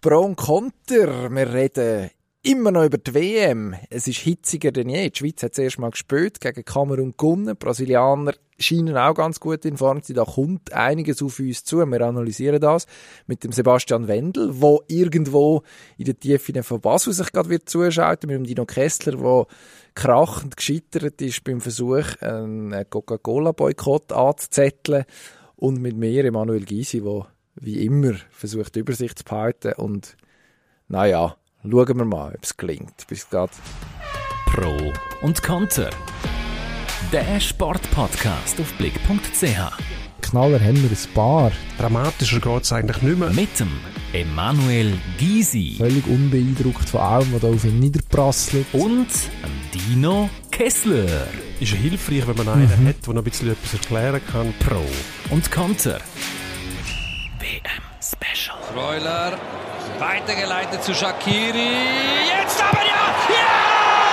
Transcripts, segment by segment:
Pro und Konter. Wir reden immer noch über die WM. Es ist hitziger denn je. Die Schweiz hat zuerst mal gespielt, gegen Kamerun gewonnen. Die Brasilianer scheinen auch ganz gut in Form zu sein. Da kommt einiges auf uns zu. Wir analysieren das mit dem Sebastian Wendel, der irgendwo in der Tiefe von Basel sich gerade wird zuschalten, mit dem Dino Kessler, der krachend gescheitert ist beim Versuch, einen Coca-Cola-Boykott anzuzetteln. Und mit mir, Emanuel Gysi, der wie immer versucht, Übersicht zu behalten. Und naja, schauen wir mal, ob es gelingt. Bis grad. Pro und Konter. Der Sportpodcast auf blick.ch. Knaller haben wir ein paar. Dramatischer geht es eigentlich nicht mehr. Mit dem Emanuel Gysi. Völlig unbeeindruckt von allem, was da auf ihn niederprasselt. Und dem Dino Kessler. Ist ja hilfreich, wenn man einen hat, der noch ein bisschen etwas erklären kann. Pro und Konter. WM Special. Freuler, weitergeleitet zu Shaqiri. Jetzt aber ja! Ja!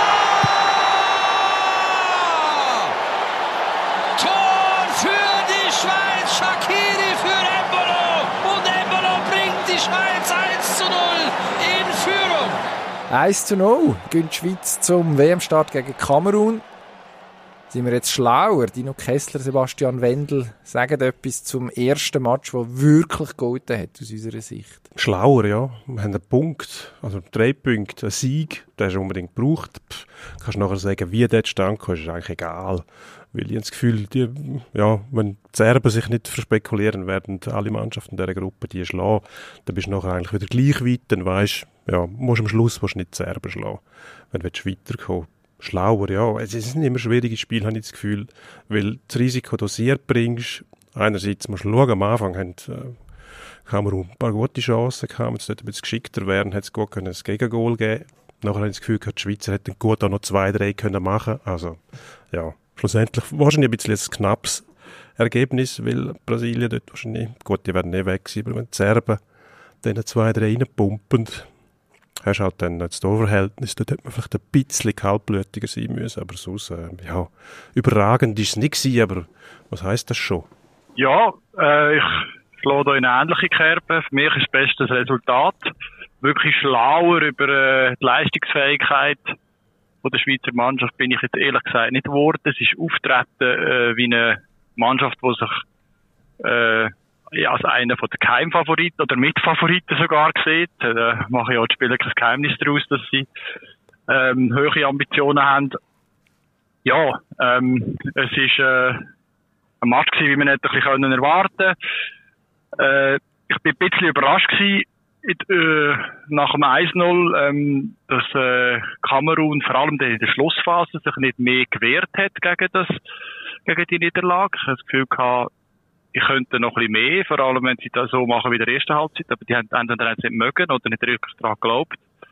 Tor für die Schweiz. Shaqiri für Embolo. Und Embolo bringt die Schweiz 1:0 in Führung. 1:0 gönnt die Schweiz zum WM-Start gegen Kamerun. Sind wir jetzt schlauer? Dino Kessler, Sebastian Wendel sagen etwas zum ersten Match, der wirklich gegolten hat aus unserer Sicht. Schlauer, ja. Wir haben einen Punkt, also 3 Punkte, einen Sieg, der ist unbedingt gebraucht. Kannst nachher sagen, wie der zustande kam, ist eigentlich egal. Weil ich habe das Gefühl, wenn die Serben sich nicht verspekulieren, werden alle Mannschaften dieser Gruppe die schlagen. Dann bist du nachher eigentlich wieder gleich weit, dann weisst musst am Schluss nicht die Serben schlagen, wenn du weiterkommen willst. Schlauer, ja. Es ist ein immer schwieriges Spiel, habe ich das Gefühl, weil du das Risiko dosiert bringst. Einerseits musst du schauen, am Anfang haben Kamerun ein paar gute Chancen gehabt, wenn es dort ein bisschen geschickter wären, hätte es gut ein Gegengol geben. Nachher habe ich das Gefühl, die Schweizer hätten gut auch noch 2, 3 können machen. Also, ja, schlussendlich wahrscheinlich ein bisschen ein knappes Ergebnis, weil Brasilien dort wahrscheinlich, gut, die werden nicht weg sein, aber wenn die Serben denen 2, 3 reinpumpen, hast halt dann das Torverhältnis, dort hätte man vielleicht ein bisschen kaltblütiger sein müssen, aber sonst, überragend ist es nicht gewesen, aber was heisst das schon? Ja, ich schlage da in eine ähnliche Kerbe. Für mich ist das beste Resultat. Wirklich schlauer über die Leistungsfähigkeit von der Schweizer Mannschaft bin ich jetzt ehrlich gesagt nicht geworden. Es ist auftreten wie eine Mannschaft, die sich als einer von den Geheimfavoriten oder Mitfavoriten sogar sieht. Da machen ja die Spieler kein Geheimnis daraus, dass sie hohe Ambitionen haben. Ja, es ist ein Match gewesen, wie wir nicht ein bisschen erwarten können. Ich bin ein bisschen überrascht gewesen, nach dem 1:0, dass Kamerun vor allem in der Schlussphase sich nicht mehr gewehrt hat gegen die Niederlage. Ich habe das Gefühl gehabt, ich könnte noch ein bisschen mehr, vor allem wenn sie das so machen wie in der ersten Halbzeit, aber die haben entweder nicht mögen oder nicht wirklich daran geglaubt.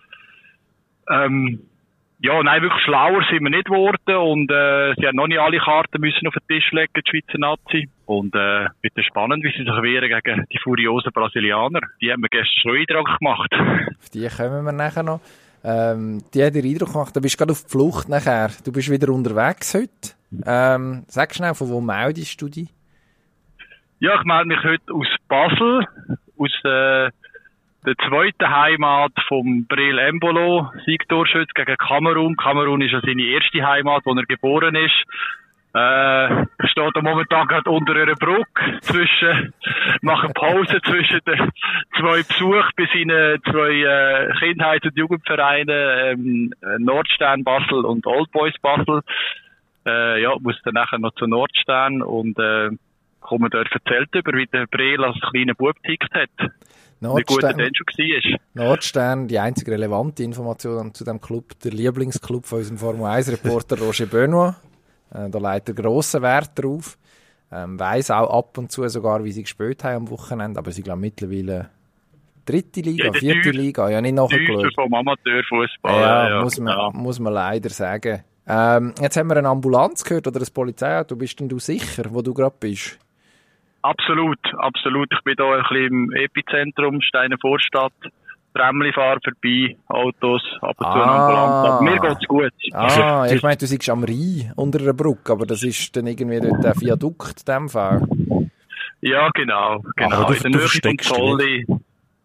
Wirklich schlauer sind wir nicht geworden und sie haben noch nicht alle Karten müssen auf den Tisch legen, die Schweizer Nazi. Und wird spannend, wie sie sich wehren gegen die furiosen Brasilianer. Die haben mir gestern schon Eindruck gemacht. Auf die kommen wir nachher noch. Die hat dir Eindruck gemacht, du bist gerade auf die Flucht nachher. Du bist wieder unterwegs heute. Sag schnell, von wo meldest du dich? Ja, ich melde mich heute aus Basel, aus der zweiten Heimat vom Breel Embolo, Siegtorschütze gegen Kamerun. Kamerun ist ja seine erste Heimat, wo er geboren ist. Ich stehe da momentan gerade unter einer Brücke mache Pause zwischen den 2 Besuchen bei seinen 2 Kindheits- und Jugendvereinen, Nordstern Basel und Old Boys Basel. Muss dann nachher noch zu Nordstern und komme dort erzählt über, wie der Breel als kleiner Bub tickt hat. Wie gut er denn schon war. Nordstern, die einzige relevante Information zu dem Club, der Lieblingsclub von unserem Formel-1-Reporter Roger Benoit. Da legt er grossen Wert drauf. Weiss auch ab und zu sogar, wie sie gespielt haben am Wochenende, aber sie glaube mittlerweile 3. Liga, 4. Liga, ja nicht nachgeschaut. Vom Amateurfußball. Ja, muss man leider sagen. Jetzt haben wir eine Ambulanz gehört oder ein Polizeiauto. Bist denn du sicher, wo du gerade bist? Absolut. Ich bin hier ein bisschen im Epizentrum, Steiner Vorstadt. Tramli fahren vorbei, Autos, ab und zu eine Ambulanz. Aber mir geht's gut. Ich meine, du siehst am Rhein unter einer Brücke, aber das ist dann irgendwie dort der Viadukt in dem Fall. Ja, genau. Aber in der Nähe von Zolli.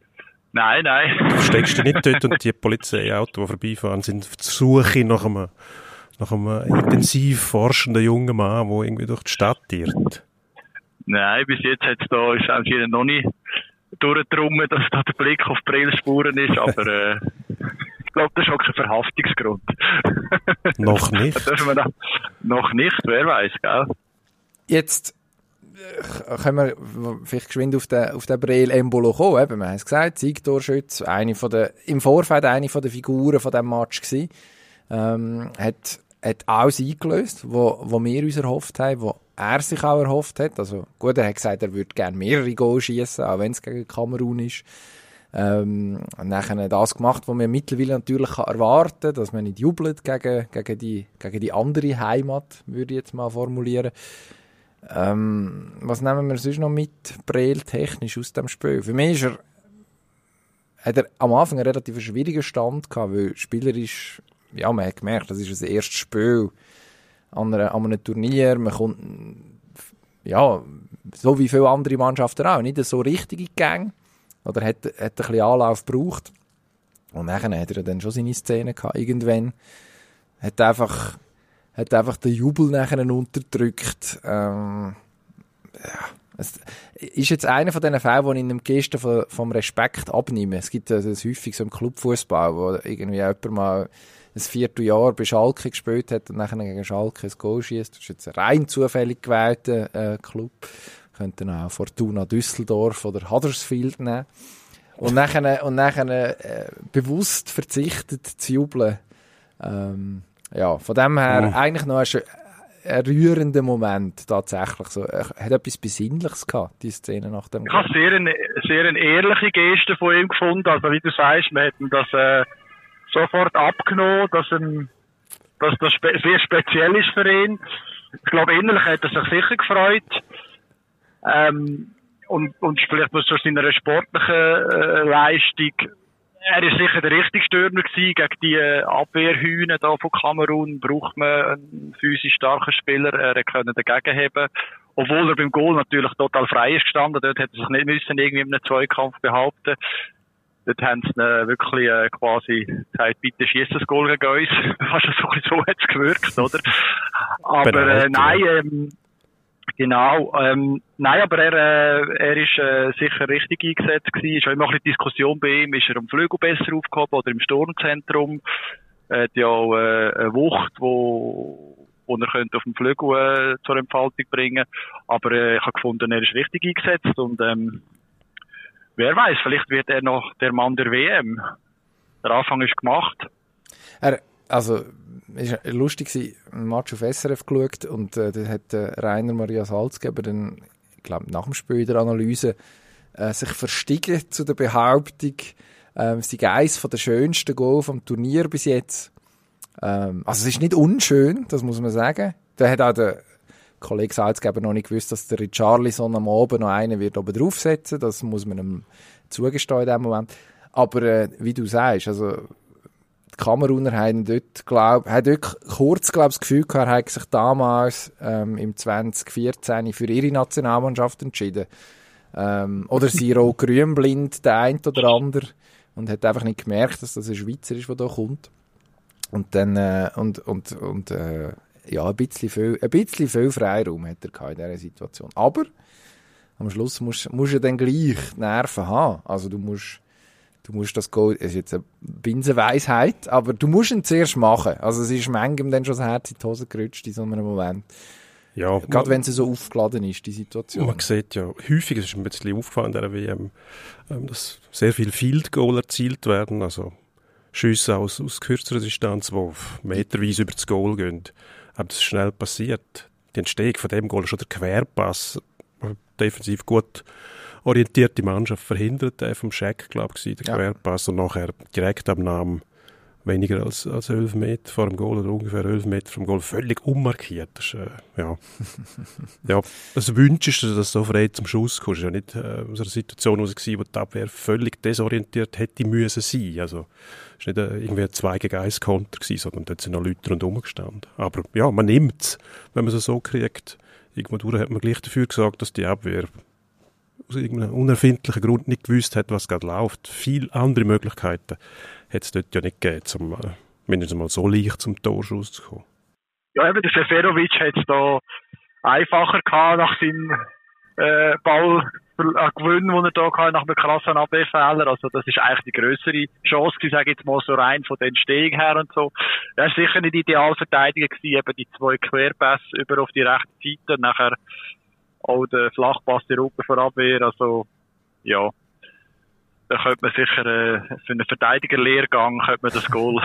Nein. Du steckst dich nicht dort und die Polizeiautos, die vorbeifahren, sind auf der Suche nach einem intensiv forschenden jungen Mann, der irgendwie durch die Stadt irrt. Nein, bis jetzt ist anscheinend noch nicht durchgedrungen, dass da der Blick auf Brillspuren ist, aber ich glaube, das ist auch kein Verhaftungsgrund. Noch nicht? Das dürfen wir noch nicht, wer weiß, gell? Jetzt können wir vielleicht geschwind auf den Breel Embolo kommen. Eben, wir haben es gesagt, Siegtorschütze, im Vorfeld eine von den Figuren von diesem Match gewesen. Hat alles eingelöst, wo wir uns erhofft haben, wo er sich auch erhofft hat. Also gut, er hat gesagt, er würde gerne mehrere Goals schießen, auch wenn es gegen Kamerun ist. Und nachher das gemacht, was man mittlerweile natürlich erwarten kann, dass man nicht jubelt gegen die andere Heimat, würde ich jetzt mal formulieren. Was nehmen wir sonst noch mit, Breel technisch aus dem Spiel? Für mich hat er am Anfang einen relativ schwierigen Stand gehabt, weil spielerisch, ja, man hat gemerkt, das ist das erste Spiel an einem Turnier, man kommt, ja, so wie viele andere Mannschaften auch, nicht so richtig in die Gänge, oder hat ein bisschen Anlauf gebraucht. Und nachher hat er dann schon seine Szene gehabt. Irgendwann hat einfach den Jubel nachher unterdrückt. Es ist jetzt einer von diesen Fällen, wo ich einem Gesten vom Respekt abnehme. Es gibt das häufig so im Clubfußball, wo irgendwie jemand mal ein Vierteljahr bei Schalke gespielt hat und nachher gegen Schalke ein Goal schießt. Das ist jetzt ein rein zufällig gewählter Club. Könnten auch Fortuna Düsseldorf oder Huddersfield nehmen. Und nachher bewusst verzichtet zu jubeln. Ja, von dem her eigentlich noch ein rührender Moment tatsächlich. So, hat etwas Besinnliches gehabt, die Szene nach dem Goal. Ich habe sehr eine ehrliche Geste von ihm gefunden. Also wie du sagst, wir hätten das sofort abgenommen, dass das sehr speziell ist für ihn. Ich glaube, innerlich hat er sich sicher gefreut. Und vielleicht nur zu seiner sportlichen Leistung. Er ist sicher der richtige Stürmer gewesen. Gegen die Abwehrhühner da von Kamerun braucht man einen physisch starken Spieler. Er konnte dagegen haben. Obwohl er beim Goal natürlich total frei ist gestanden. Dort hätte er sich nicht müssen irgendwie in einem Zweikampf behaupten. Dort haben sie wirklich quasi gesagt, bitte schieß das Goal gegen uns. Fast so hat es gewirkt, oder? Aber nein, genau. Nein, aber er ist sicher richtig eingesetzt gewesen. Ist auch immer ein bisschen Diskussion bei ihm. Ist er am Flügel besser aufgehoben oder im Sturmzentrum? Er hat ja auch eine Wucht, wo er könnte auf dem Flügel zur Entfaltung bringen. Aber ich habe gefunden, er ist richtig eingesetzt und wer weiß, vielleicht wird er noch der Mann der WM. Der Anfang ist gemacht. Also, es war lustig, ein Match auf SRF geschaut und da hat Rainer Maria Salzgeber dann, ich glaube, nach dem Spiel der Analyse sich verstiegen zu der Behauptung, es sei eines der schönsten Goal vom Turnier bis jetzt. Also es ist nicht unschön, das muss man sagen. Da hat auch der Kollege Salzgeber noch nicht gewusst, dass der Richarlison am Abend noch einen wird oben draufsetzen. Das muss man ihm zugestehen in dem Moment. Aber wie du sagst, also die Kameruner haben dort kurz das Gefühl gehabt, haben sich damals im 2014 für ihre Nationalmannschaft entschieden. Oder sie rot-grün blind, der eine oder andere, und hat einfach nicht gemerkt, dass das ein Schweizer ist, der da kommt. Und dann ja, ein bisschen viel Freiraum hat er in dieser Situation. Aber am Schluss musst du dann gleich Nerven haben. Also du musst das Goal, es ist jetzt eine Binsenweisheit, aber du musst ihn zuerst machen. Also es ist manchem dann schon das Herz in die Hose gerutscht in so einem Moment. Ja, gerade wenn sie so aufgeladen ist, die Situation. Man sieht ja häufig, es ist ein bisschen aufgefallen in der WM, dass sehr viele Field Goal erzielt werden, also Schüsse aus kürzerer Distanz, die meterweise über das Goal gehen. Aber das ist schnell passiert. Die Entstehung von dem Goal ist schon der Querpass, defensiv gut orientierte Mannschaft verhindert, der vom Scheck, glaube ich, der Querpass, und nachher direkt am Namen weniger als 11 Meter vor dem Goal oder ungefähr 11 Meter vom Goal völlig unmarkiert. Das ist, ja, das wünschst du, dass du so frei zum Schuss kommst. Ja, nicht aus einer Situation heraus gewesen, wo die Abwehr völlig desorientiert hätte müssen sein. Also, es war nicht irgendwie ein 2-gegen-1 Konter gewesen, sondern dort sind noch Leute rundherum gestanden. Aber ja, man nimmt es, wenn man es so kriegt. Irgendwo durch hat man gleich dafür gesagt, dass die Abwehr aus irgendeinem unerfindlichen Grund nicht gewusst hat, was gerade läuft. Viele andere Möglichkeiten hätte es dort ja nicht gegeben, um mindestens mal so leicht zum Torschuss zu kommen. Ja, eben, der Seferovic hat es da einfacher gehabt nach seinem Ballgewinn, den er da hatte, nach einem krassen Abwehrfehler. Also, das ist eigentlich die grössere Chance gewesen, sage ich jetzt mal, so rein von der Entstehung her und so. Er war sicher nicht ideal Verteidiger gewesen, eben die 2 Querpässe über auf die rechte Seite und nachher auch der Flachpass in Rücken vor Abwehr. Also, ja. Da könnte man sicher für einen Verteidigerlehrgang könnte man das Goal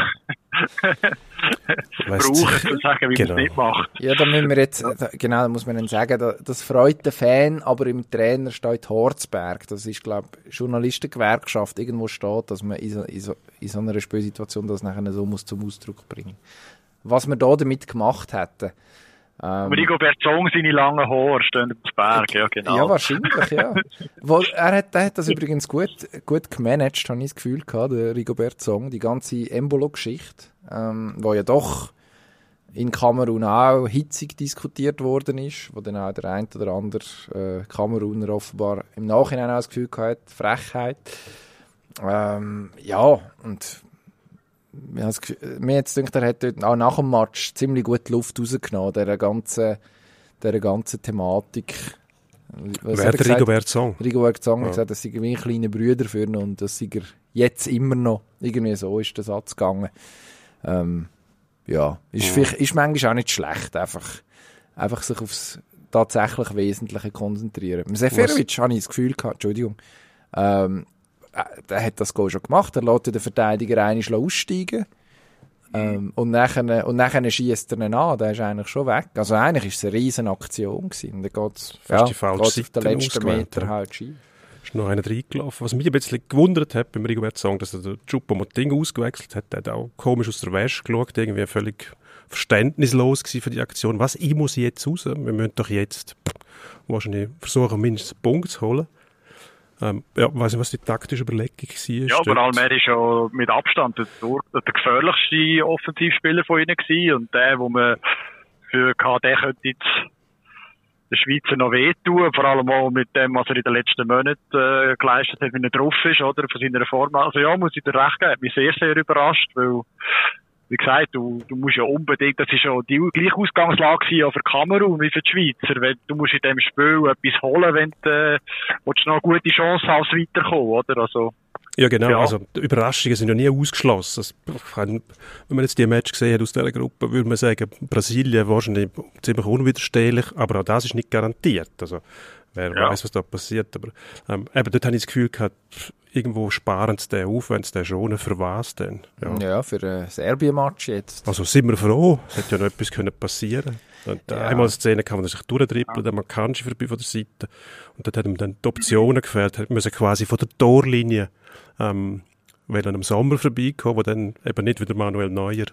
brauchen, zu sagen, wie man es nicht macht. Ja, da müssen wir jetzt, genau, da muss man dann sagen, das freut den Fan, aber im Trainer steht Horzberg. Das ist, glaube ich, Journalistengewerkschaft. Irgendwo steht, dass man in so einer Spielsituation das nachher so muss zum Ausdruck bringen. Was wir da damit gemacht hätten. Rigobert Song, seine langen Haare stehen auf dem Berg, ja, genau. Ja, wahrscheinlich, ja. Er hat das übrigens gut gemanagt, habe ich das Gefühl gehabt, der Rigobert Song, die ganze Embolo-Geschichte, wo ja doch in Kamerun auch hitzig diskutiert worden ist, wo dann auch der ein oder andere Kameruner offenbar im Nachhinein auch das Gefühl gehabt, Frechheit. Ja, und mir jetzt denkt, er hat dort auch nach dem Match ziemlich gut Luft rausgenommen, dieser ganzen Thematik. Wer der Rigobert Song? Rigobert Song hat gesagt, das sei wie ein kleiner Bruder für ihn und das sei er jetzt immer noch. Irgendwie so ist der Satz gegangen. Ja, ist manchmal auch nicht schlecht, einfach sich aufs tatsächlich Wesentliche konzentrieren. Seferovic habe ich das Gefühl gehabt, Entschuldigung, der hat das Goal schon gemacht, er lässt den Verteidiger einmal aussteigen und nachher schiesst er ihn an, der ist eigentlich schon weg. Also eigentlich war es eine riesen Aktion gewesen. Und dann geht's auf den letzten Meter halt schief. Ist noch einer reingelaufen. Was mich ein bisschen gewundert hat beim Rigobert Song, dass er den Choupo-Moting ausgewechselt hat, der hat auch komisch aus der Wäsche geschaut, irgendwie völlig verständnislos gewesen für die Aktion. Was, ich muss jetzt raus? Wir müssen doch jetzt wahrscheinlich versuchen, mindestens einen Punkt zu holen. Ja, ich weiss nicht, was die taktische Überlegung war. Ja, vor allem er ist ja mit Abstand der gefährlichste Offensivspieler von ihnen gewesen und der, wo man für der könnte jetzt der Schweizer noch wehtun, vor allem auch mit dem, was er in den letzten Monaten geleistet hat, wenn er drauf ist, oder, von seiner Form. Also ja, muss ich dir recht geben, hat mich sehr, sehr überrascht, weil, wie gesagt, du musst ja unbedingt, das ist ja die gleiche Ausgangslage ja für Kamerun wie für die Schweizer, weil du musst in dem Spiel etwas holen, wenn du noch eine gute Chance hast, weiterkommen, oder? Also, ja, genau. Ja. Also, die Überraschungen sind ja nie ausgeschlossen. Wenn man jetzt die Match gesehen hat aus dieser Gruppe, würde man sagen, Brasilien wahrscheinlich ziemlich unwiderstehlich, aber auch das ist nicht garantiert. Also, wer weiß, was da passiert. Aber eben, dort habe ich das Gefühl gehabt, irgendwo sparen sie den auf, wenn sie den schonen, für was denn? Ja, für ein Serbien-Match jetzt. Also sind wir froh, es hätte ja noch etwas passieren können. Einmal eine Szene kam, wo er sich durchdribbelt, dann Kanji vorbei von der Seite. Und dort hat ihm dann die Optionen gefehlt, hat müssen quasi von der Torlinie weil im Sommer vorbeikommen, wo dann eben nicht wieder Manuel Neuer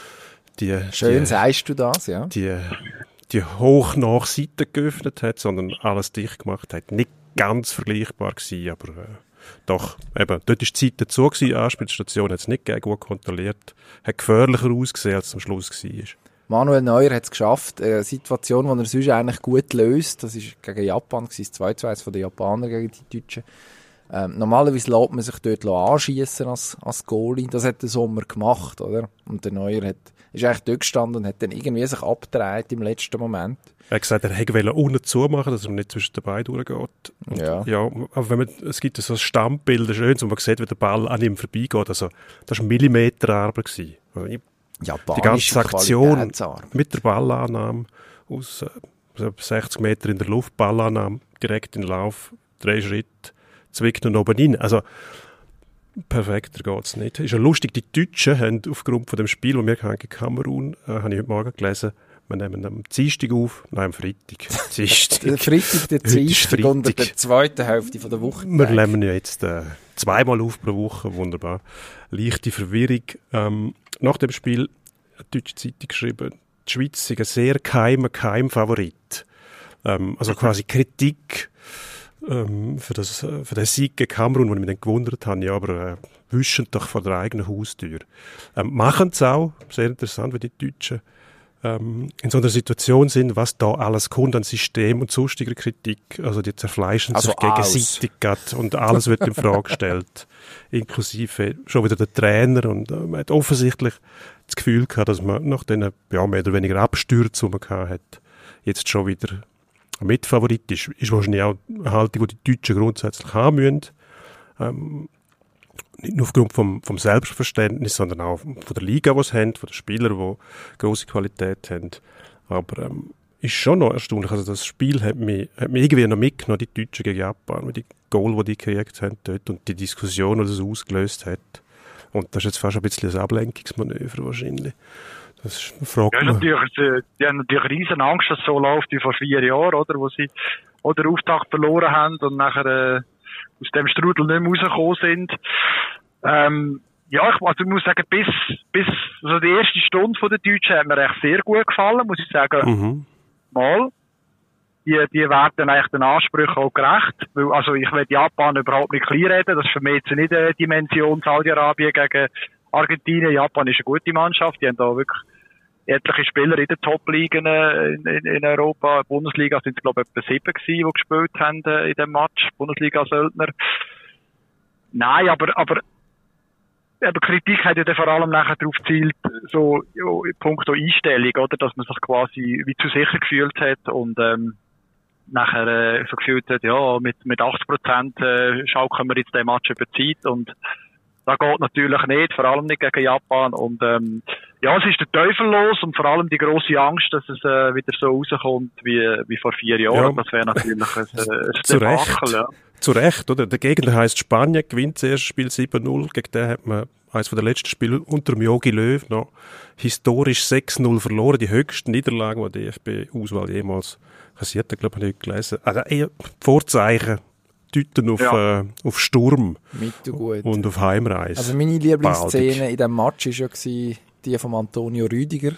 sagst du das, ja. Die hoch nach Seite geöffnet hat, sondern alles dicht gemacht hat. Nicht ganz vergleichbar gewesen, aber doch, eben, dort war die Zeit dazu gewesen, Anspielstation hat es nicht gegeben, gut kontrolliert, hat gefährlicher ausgesehen, als es am Schluss war. Manuel Neuer hat es geschafft, eine Situation, die er sonst eigentlich gut löst, das war gegen Japan, das 2-2 von den Japanern gegen die Deutschen. Normalerweise lässt man sich dort anschiessen als Goalie. Das hat der Sommer gemacht, oder? Und der Neuer ist eigentlich dort gestanden und hat dann irgendwie sich abgedreht im letzten Moment. Er hat gesagt, er wollte unten zumachen, dass er nicht zwischen den Beinen durchgeht. Und ja, aber es gibt so ein Standbild, schön, wo man sieht, wie der Ball an ihm vorbeigeht. Also, das war Millimeterarbeit gewesen. Also, die ganze Aktion mit der Ballannahme aus 60 Metern in der Luft, Ballannahme, direkt in den Lauf, 3 Schritte, zwickt und oben rein. Also, perfekter geht es nicht. Ist ja lustig, die Deutschen haben aufgrund von dem Spiel, das wir gegen Kamerun, habe ich heute Morgen gelesen, wir nehmen am Dienstag auf, nein, am Freitag. Der Freitag, der Dienstag und der zweiten Hälfte von der Woche. Wir nehmen ja jetzt zweimal auf pro Woche, wunderbar. Leichte Verwirrung. Nach dem Spiel hat die Deutsche Zeitung geschrieben, die Schweiz sei ein sehr Keimfavorit. Also quasi Kritik für den Sieg gegen Kamerun, wo ich mich dann gewundert habe, ja, aber wischen doch vor der eigenen Haustür. Machen es auch, sehr interessant, wie die Deutschen in so einer Situation sind, was da alles kommt an System und sonstiger Kritik. Also die zerfleischen sich gegenseitig grad und alles wird in Frage gestellt. Inklusive schon wieder der Trainer. Und man hat offensichtlich das Gefühl gehabt, dass man nach den mehr oder weniger Abstürzen, die man gehabt hat, jetzt schon wieder ein Mitfavorit ist. Ist wahrscheinlich auch eine Haltung, die die Deutschen grundsätzlich haben müssen. Nicht nur aufgrund vom Selbstverständnis, sondern auch von der Liga, die sie haben, von den Spielern, die grosse Qualität haben. Aber ist schon noch erstaunlich. Also das Spiel hat mich irgendwie noch mitgenommen, die Deutschen gegen Japan, die Goal, die gekriegt haben dort und die Diskussion, die das ausgelöst hat. Und das ist jetzt fast ein bisschen ein Ablenkungsmanöver wahrscheinlich. Das ist eine Frage. Ja, die haben natürlich riesen Angst, dass es so läuft wie vor 4 Jahren, oder? Wo sie den Auftakt verloren haben und nachher aus dem Strudel nicht mehr rausgekommen sind. Ja, ich muss sagen, bis so die erste Stunde von der Deutschen hat mir echt sehr gut gefallen, muss ich sagen. Mal. Die werden eigentlich den Ansprüchen auch gerecht. Weil, also ich will Japan überhaupt nicht kleinreden. Das ist für mich jetzt nicht eine Dimension Saudi-Arabien gegen Argentinien. Japan ist eine gute Mannschaft. Die haben da wirklich etliche Spieler in den Top-Ligen in Europa. Bundesliga sind es, glaube ich, etwa 7 gewesen, die gespielt haben in dem Match. Bundesliga-Söldner. Nein, aber Kritik hat ja dann vor allem nachher darauf gezielt, so in puncto Einstellung, oder, dass man sich quasi wie zu sicher gefühlt hat und nachher so gefühlt hat, ja, mit 80% schaukeln wir jetzt den Match über Zeit und das geht natürlich nicht, vor allem nicht gegen Japan und ja, es ist der Teufel los und vor allem die grosse Angst, dass es wieder so rauskommt wie vor 4 Jahren. Ja. Das wäre natürlich ein Debakel, ja. Zu Recht, oder? Der Gegner heisst Spanien, gewinnt das erste Spiel 7-0. Gegen den hat man eines der letzten Spiele unter dem Jogi Löw noch historisch 6-0 verloren. Die höchsten Niederlagen, die DFB-Auswahl jemals kassiert hat, glaube ich, nicht gelesen. Also eher Vorzeichen deuten auf Sturm und auf Heimreise. Also meine Lieblingsszene in diesem Match war ja die von Antonio Rüdiger.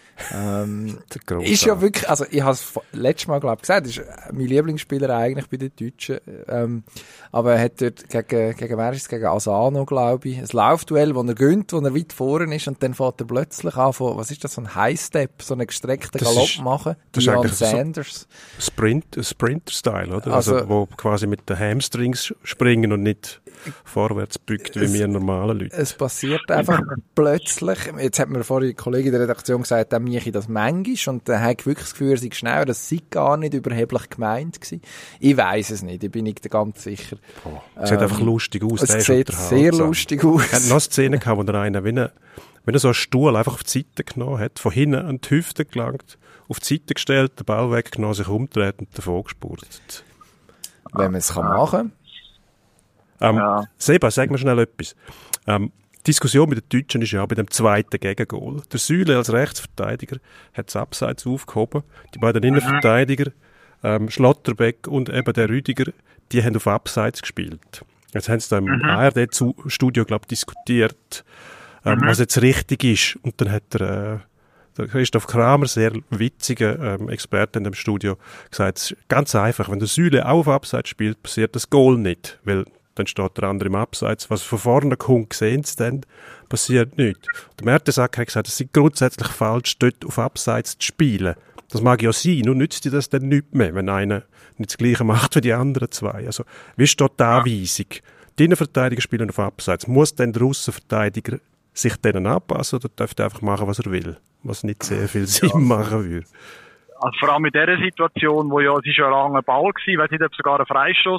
Ist ja wirklich, also ich habe es letztes Mal glaube ich gesagt, ist mein Lieblingsspieler eigentlich bei den Deutschen, aber er hat dort gegen wer ist es? Gegen Asano, glaube ich, ein Laufduell, wo er gönnt, wo er weit vorne ist und dann fährt er plötzlich an von, was ist das, so ein Highstep, so einen gestreckten Galopp machen, das Ian ist Sanders. So Sprinter-Style, oder? Also wo quasi mit den Hamstrings springen und nicht vorwärts bückt, wie wir normalen Leute. Es passiert einfach plötzlich, jetzt hat mir vorhin die Kollegin der Redaktion gesagt, Michi das manchmal und dann habe ich wirklich das Gefühl, er sei schneller, das sei gar nicht überheblich gemeint gewesen. Ich weiss es nicht, ich bin nicht ganz sicher. Sieht einfach lustig aus. Es sieht sehr lustig aus. Ich hatte noch eine Szene gehabt, wo der eine, wenn er so einen Stuhl einfach auf die Seite genommen hat, von hinten an die Hüfte gelangt, auf die Seite gestellt, den Ball weggenommen, sich umgedreht und davon gespurtet. Wenn man es machen kann. Seba, sag mir schnell etwas. Die Diskussion mit den Deutschen ist ja bei dem zweiten Gegengol. Der Süle als Rechtsverteidiger hat das Abseits aufgehoben. Die beiden Innenverteidiger, Schlotterbeck und eben der Rüdiger, die haben auf Abseits gespielt. Jetzt haben sie da im ARD-Studio, glaube ich, diskutiert, was jetzt richtig ist. Und dann hat der Christoph Kramer, sehr witziger Experte in dem Studio, gesagt, es ist ganz einfach, wenn der Süle auch auf Abseits spielt, passiert das Goal nicht, weil dann steht der andere im Abseits. Was von vorne kommt, sehen sie dann, passiert nichts. Der Mertesacker hat gesagt, es ist grundsätzlich falsch, dort auf Abseits zu spielen. Das mag ja sein, nur nützt dir das dann nicht mehr, wenn einer nicht das Gleiche macht wie die anderen zwei. Also, wie steht die Anweisung? Die Innenverteidiger spielen auf Abseits. Muss dann der Aussenverteidiger sich denen anpassen oder darf er einfach machen, was er will? Was nicht sehr viel Sinn machen würde. Also vor allem in dieser Situation, wo ja, es ist ja ein langer Ball gewesen, ich weiß nicht, ob es sogar ein Freistoß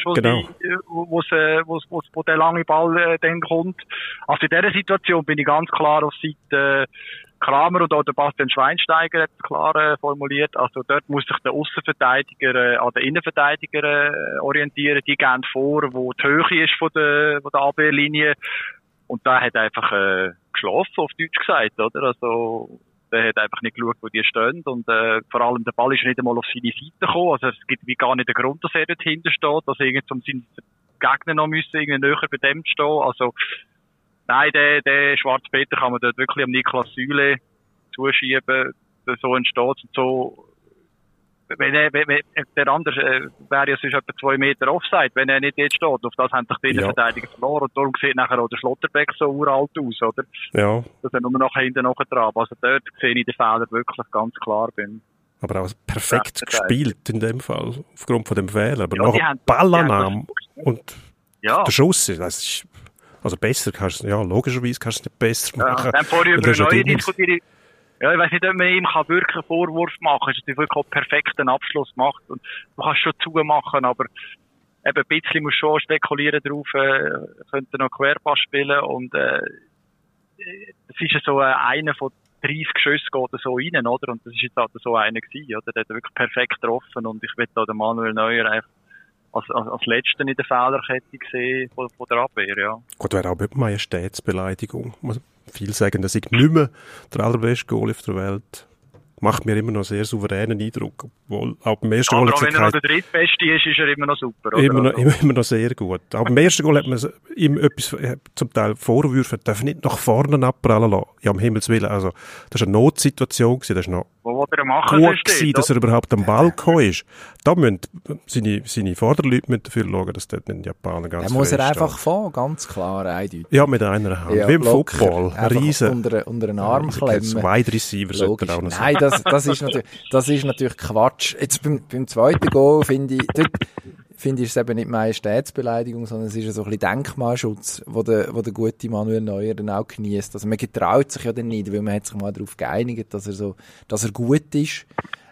war, wo der lange Ball dann kommt. Also in dieser Situation bin ich ganz klar auf Seite Kramer und auch der Bastian Schweinsteiger hat es klar formuliert. Also dort muss sich der Aussenverteidiger an den Innenverteidiger orientieren. Die gehen vor, wo die Höhe ist von der AB-Linie. Und da hat einfach geschlafen, auf Deutsch gesagt, oder? Also der hat einfach nicht geschaut, wo die stehen. Und vor allem der Ball ist nicht einmal auf seine Seite gekommen. Also es gibt wie gar nicht den Grund, dass er dort hinten steht. Also irgendwie um seinen Gegner noch müssen irgendwie näher bei dem stehen. Also nein, der Schwarz-Peter kann man dort wirklich am Niklas Süle zuschieben. So entsteht und so der andere wäre ja sonst etwa 2 Meter Offside, wenn er nicht jetzt steht. Auf das haben sich die Verteidiger verloren. Und darum sieht nachher auch der Schlotterbeck so uralt aus, oder? Ja. Dass er nur noch hinten nachtrabt. Also dort sehe ich den Fehler wirklich ganz klar beim. Aber auch perfekt gespielt in dem Fall, aufgrund von dem Fehler. Aber Ja, noch Ballannahme und der Schuss, das ist, also besser kannst du, logischerweise kannst du es nicht besser machen. Dann vorher über Neue diskutieren. Ja, ich weiss nicht, ob man ihm wirklich einen Vorwurf machen kann. Dass er wirklich auch perfekten Abschluss macht. Und du kannst schon zumachen, aber eben ein bisschen musst du schon spekulieren drauf, könnte noch Querpass spielen. Und das ist ja so einer von 30 Schüssen geht so rein, oder? Und das ist jetzt halt so einer gewesen, oder? Der hat wirklich perfekt getroffen. Und ich will da den Manuel Neuer eigentlich als Letzten in der Fehlerkette gesehen von der Abwehr, ja. Gut, wäre auch eine Majestätsbeleidigung. Viele sagen, dass ich nicht mehr der allerbeste Goal auf der Welt. Macht mir immer noch sehr souveränen Eindruck. Obwohl, auch beim ersten Goal aber auch wenn er noch der drittbeste ist er immer noch super, oder? Immer noch sehr gut. Auch beim ersten Goal hat man ihm etwas, zum Teil Vorwürfe, er darf nicht nach vorne abprallen lassen. Ja, um Himmels Willen. Also, das war eine Notsituation gewesen. Das war noch gut gewesen, dass er überhaupt am Ball gekommen ist. Da müssen seine Vorderleute dafür schauen, dass dort ein Japaner ganz muss er einfach fahren, ganz klar, eindeutig. Ja, mit einer Hand. Ja, wie im Football. Ein riesen. Unter den Arm klemmen. Wide Receiver sollte er auch noch sein. Nein, das ist natürlich Quatsch. Jetzt beim zweiten Goal finde ich es eben nicht Majestätsbeleidigung, sondern es ist so ein bisschen Denkmalschutz, wo der gute Manuel Neuer dann auch genießt. Also man getraut sich ja dann nicht, weil man hat sich mal darauf geeinigt, dass er gut ist.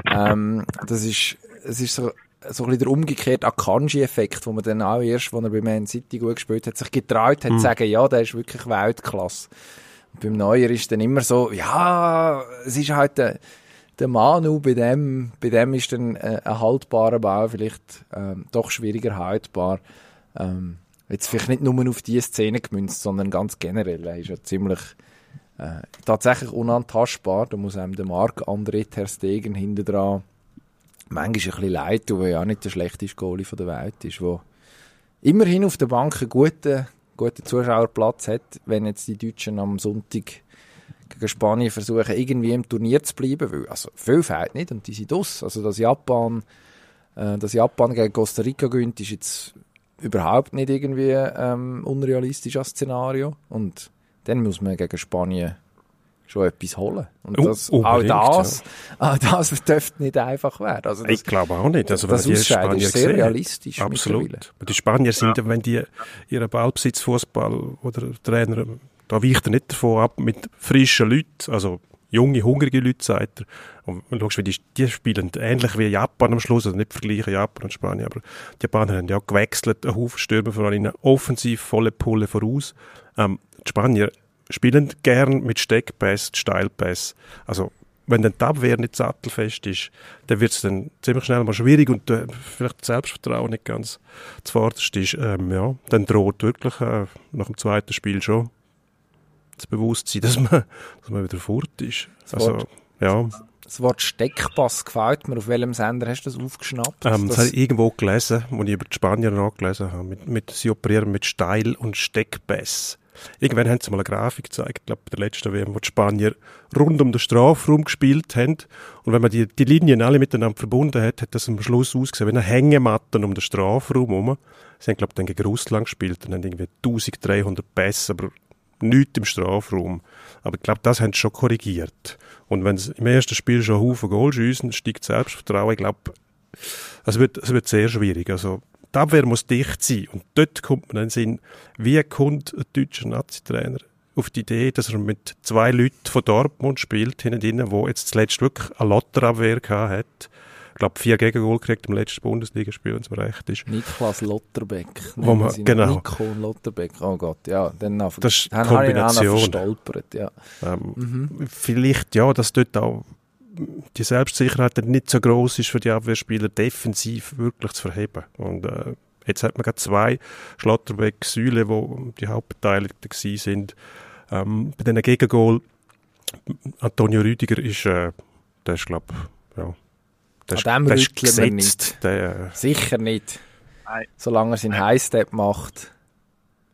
Es ist so ein bisschen der umgekehrte Akanji-Effekt, wo man dann auch erst, als er bei Man City gut gespielt hat, sich getraut hat, zu sagen, ja, der ist wirklich Weltklasse. Und beim Neuer ist dann immer so, ja, es ist halt der Manu, bei dem ist dann ein haltbarer Ball vielleicht doch schwieriger haltbar. Jetzt vielleicht nicht nur auf diese Szene gemünzt, sondern ganz generell. Er ist ja ziemlich tatsächlich unantastbar. Da muss einem der Marc-André ter Stegen hinten dran manchmal ein bisschen leid tun, weil er ja nicht der schlechteste Goalie der Welt ist, der immerhin auf der Bank einen guten Zuschauerplatz hat, wenn jetzt die Deutschen am Sonntag gegen Spanien versuchen, irgendwie im Turnier zu bleiben, weil also viel fehlt nicht und die sind aus. Also dass Japan gegen Costa Rica gewinnt, ist jetzt überhaupt nicht irgendwie unrealistisch als Szenario und dann muss man gegen Spanien schon etwas holen. Und auch das dürfte nicht einfach werden. Also ich glaube auch nicht. Also, das Ausscheiden ist sehr realistisch. Absolut. Die Spanier sind, wenn die ihren Ballbesitzfußball oder Trainer, da weicht er nicht davon ab mit frischen Leuten, also junge, hungrige Leute, sagt er. Und schaust, wie die spielen ähnlich wie Japan am Schluss, also nicht vergleichen Japan und Spanien, aber die Japaner haben ja gewechselt, einen Haufen Stürmer vor allem offensiv, volle Pulle voraus. Die Spanier spielen gern mit Steckpass, Steilpass. Also, wenn dann die Abwehr nicht sattelfest ist, dann wird es dann ziemlich schnell mal schwierig und vielleicht das Selbstvertrauen nicht ganz zuvorderst ist. Dann droht wirklich nach dem zweiten Spiel schon das Bewusstsein, dass man wieder fort ist. Das Wort Steckpass gefällt mir. Auf welchem Sender hast du das aufgeschnappt? Das habe ich irgendwo gelesen, als ich über die Spanier nachgelesen habe. Sie operieren mit Steil- und Steckpass. Irgendwann haben sie mal eine Grafik gezeigt, ich glaube bei der letzten WM, wo die Spanier rund um den Strafraum gespielt haben. Und wenn man die Linien alle miteinander verbunden hat, hat das am Schluss ausgesehen wie eine Hängematte um den Strafraum herum. Sie haben, glaube ich, dann gegen Russland gespielt und haben irgendwie 1300 Pässe, aber nichts im Strafraum. Aber ich glaube, das haben sie schon korrigiert. Und wenn sie im ersten Spiel schon einen Haufen Goal schiessen, steigt das Selbstvertrauen. Ich glaube, es wird sehr schwierig. Also, die Abwehr muss dicht sein. Und dort kommt man dann in den Sinn, wie kommt ein deutscher Nazi-Trainer auf die Idee, dass er mit 2 Leuten von Dortmund spielt, hinten drin, die jetzt zuletzt wirklich eine Lotterabwehr hat. Ich glaube, 4 Gegengol gekriegt im letzten Bundesligaspiel, wenn es mir recht ist. Niklas Lotterbeck. Genau. Nico Lotterbeck, oh Gott, ja. Dann das ist die Kombination. Verstolpert, ja. Vielleicht, ja, dass dort auch die Selbstsicherheit nicht so gross ist für die Abwehrspieler, defensiv wirklich zu verheben. Und jetzt hat man gerade 2 Schlotterbeck-Säulen, die die Hauptbeteiligten sind. Bei diesen Gegengol, Antonio Rüdiger ist, der ist, glaube ich, ja, der ist gesetzt. Sicher nicht. Nein. Solange er seinen High-Step macht.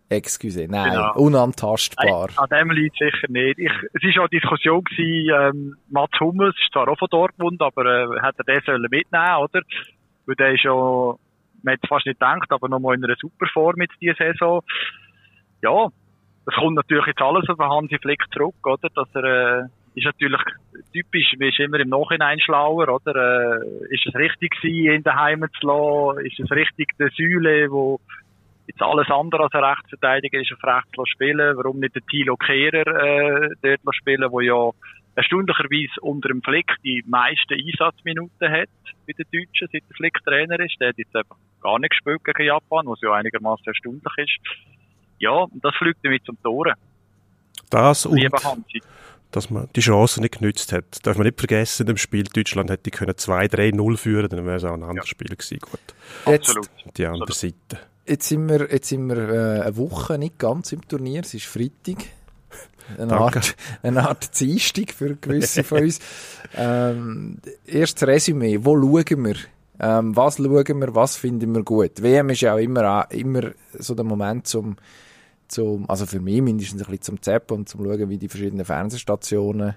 Excuse, nein, Genau. unantastbar. An dem liegt sicher nicht. Es war auch eine Diskussion gewesen, Mats Hummels ist zwar auch von Dortmund, aber hätte er den sollen mitnehmen, oder? Weil der ist ja, man hat es fast nicht gedacht, aber nochmal in einer super Form mit dieser Saison. Ja, das kommt natürlich jetzt alles auf Hansi Flick zurück, oder? Dass er, ist natürlich typisch, wie ist immer im Nachhinein schlauer, oder? Ist es richtig gewesen, ihn daheim zu lassen? Ist es richtig, der Süle, wo jetzt alles andere als ein Rechtsverteidiger ist, auf rechts spielen? Warum nicht den Thilo Kehrer dort spielen, wo ja erstaunlicherweise unter dem Flick die meisten Einsatzminuten hat bei den Deutschen, seit der Flick Trainer ist. Der hat jetzt einfach gar nicht gespielt gegen Japan, was ja einigermaßen erstaunlich ist. Ja, und das fliegt damit zum Tore. Das und, Lieber Hansi. dass man die Chance nicht genützt hat. Darf man nicht vergessen, in dem Spiel Deutschland hätte können 2-3-0 führen, dann wäre es auch ein anderes Spiel gewesen. Gut. Absolut. Die andere Seite. Jetzt sind wir eine Woche nicht ganz im Turnier, es ist Freitag. Eine Art Dienstag für gewisse von uns. Erstes Resümee, wo schauen wir? Was schauen wir, was finden wir gut? WM ist ja auch immer so der Moment also für mich mindestens ein bisschen zum Zappen und zum schauen, wie die verschiedenen Fernsehstationen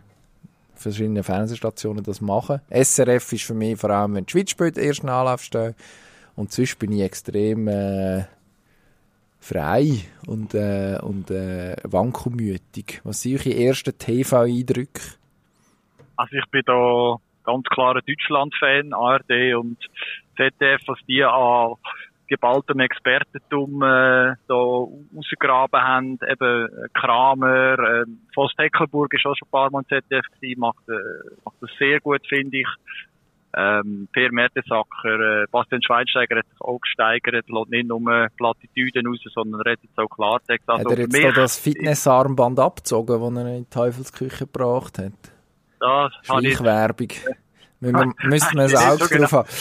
das machen. SRF ist für mich vor allem, wenn die Schweiz spielt, der ersten Anlauf stehen. Und sonst bin ich extrem frei und wankelmütig. Was sind eure ersten TV-Eindrücke? Also ich bin da ganz klarer Deutschland-Fan, ARD und ZDF, was die an geballtem Expertentum da rausgegraben haben. Eben Kramer, Voss Tecklenburg ist auch schon ein paar Mal im ZDF gewesen, macht das sehr gut, finde ich. Per Mertesacker, Bastian Schweinsteiger hat sich auch gesteigert, lässt nicht nur Plattitüden raus, sondern redet jetzt auch Klartext. Also hat er jetzt da das Fitnessarmband abgezogen, das er in die Teufelsküche gebracht hat? Das Schleichwerbung. Müsste man ein Auge drauf haben.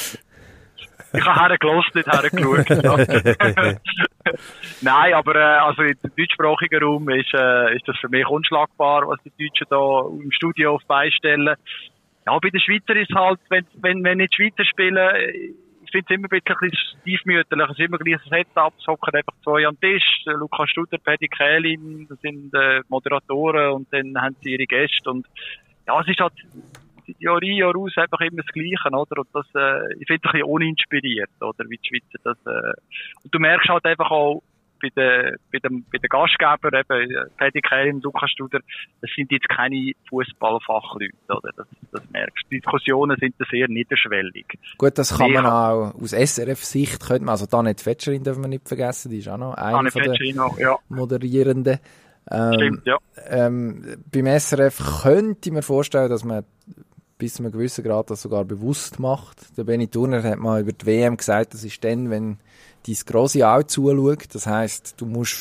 Ich habe hergelassen, nicht hergeschaut. Nein, aber also im deutschsprachigen Raum ist das für mich unschlagbar, was die Deutschen da im Studio auf beistellen. Ja, bei den Schweizer ist halt, wenn nicht Schweizer spielen, ich finde es immer ein bisschen stiefmütterlich. Es ist immer gleich ein Setup, es hocken einfach zwei am Tisch. Lukas Studer, Paddy Kählin, das sind Moderatoren und dann haben sie ihre Gäste. Und ja, es ist halt Jahr ein, Jahr aus einfach immer das Gleiche, oder? Und das, ich finde es ein bisschen uninspiriert, oder? Wie die Schweizer das, und du merkst halt einfach auch, bei den Gastgebern, eben, Paddy Kählin, Lukas Studer, das sind jetzt keine Fußballfachleute, oder? Das merkst du. Die Diskussionen sind sehr niederschwellig. Gut, das kann man auch aus SRF-Sicht, also Tanit Fetscherin dürfen wir nicht vergessen, die ist auch noch eine von den Moderierenden. Stimmt, ja. Beim SRF könnte ich mir vorstellen, dass man bis zu einem gewissen Grad das sogar bewusst macht. Der Benny Turner hat mal über die WM gesagt, das ist dann, wenn dein grosse Auge zuschaut. Das heisst, du musst